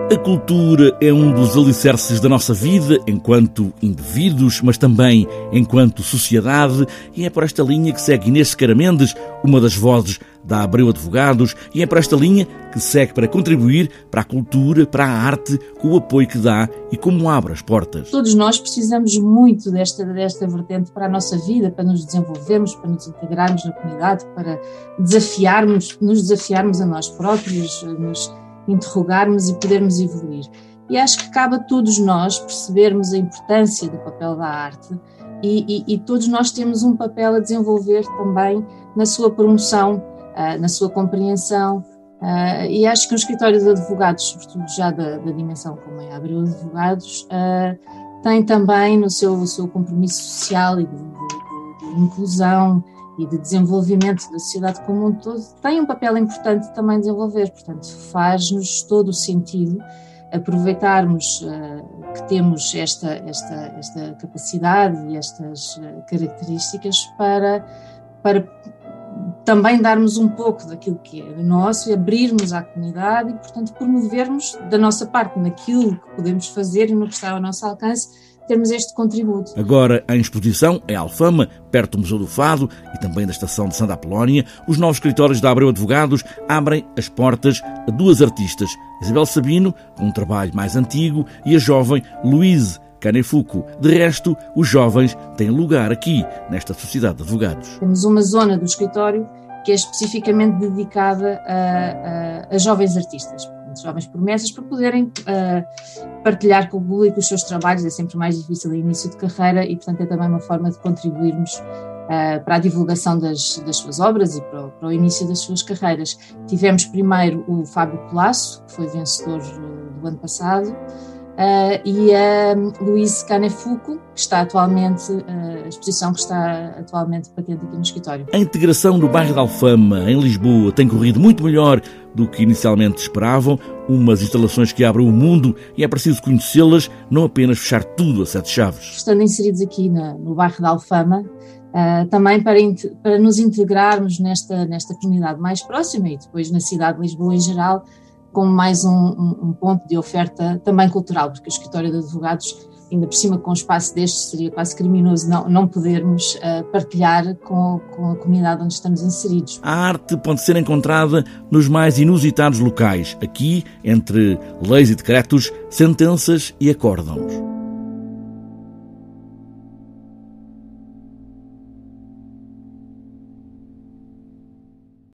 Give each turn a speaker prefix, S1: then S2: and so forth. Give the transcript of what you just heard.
S1: A cultura é um dos alicerces da nossa vida enquanto indivíduos, mas também enquanto sociedade, e é por esta linha que segue Inês Sequeira Mendes, uma das vozes da Abreu Advogados, e é por esta linha que segue para contribuir para a cultura, para a arte, com o apoio que dá e como abre as portas.
S2: Todos nós precisamos muito desta vertente para a nossa vida, para nos desenvolvermos, para nos integrarmos na comunidade, para nos desafiarmos a nós próprios, nos interrogarmos e podermos evoluir. E acho que cabe a todos nós percebermos a importância do papel da arte e todos nós temos um papel a desenvolver também na sua promoção, na sua compreensão, e acho que um escritório de advogados, sobretudo já da dimensão como é a Abreu Advogados, tem também no seu compromisso social e de inclusão e de desenvolvimento da sociedade como um todo, tem um papel importante também a desenvolver. Portanto, faz-nos todo o sentido aproveitarmos que temos esta capacidade e estas características para também darmos um pouco daquilo que é nosso e abrirmos à comunidade e, portanto, promovermos da nossa parte naquilo que podemos fazer e no que está ao nosso alcance, termos este contributo.
S1: Agora, em exposição, em Alfama, perto do Museu do Fado e também da estação de Santa Apolónia, os novos escritórios da Abreu Advogados abrem as portas a duas artistas, Isabel Sabino, com um trabalho mais antigo, e a jovem Louise Canefuco. De resto, os jovens têm lugar aqui, nesta Sociedade de Advogados.
S2: Temos uma zona do escritório que é especificamente dedicada a jovens artistas, jovens promessas, para poderem partilhar com o público os seus trabalhos. É sempre mais difícil no início de carreira e, portanto, é também uma forma de contribuirmos para a divulgação das suas obras e para o início das suas carreiras. Tivemos primeiro o Fábio Colasso, que foi vencedor do ano passado, e a Louise Canefuco, que está atualmente, a exposição que está atualmente patente aqui no escritório.
S1: A integração no bairro de Alfama, em Lisboa, tem corrido muito melhor do que inicialmente esperavam. Umas instalações que abrem o mundo e é preciso conhecê-las, não apenas fechar tudo a sete chaves.
S2: Estando inseridos aqui no bairro de Alfama, também para nos integrarmos nesta comunidade mais próxima e depois na cidade de Lisboa em geral, como mais um ponto de oferta também cultural, porque o escritório de advogados, ainda por cima com um espaço destes, seria quase criminoso não podermos partilhar com a comunidade onde estamos inseridos.
S1: A arte pode ser encontrada nos mais inusitados locais, aqui entre leis e decretos, sentenças e acórdãos.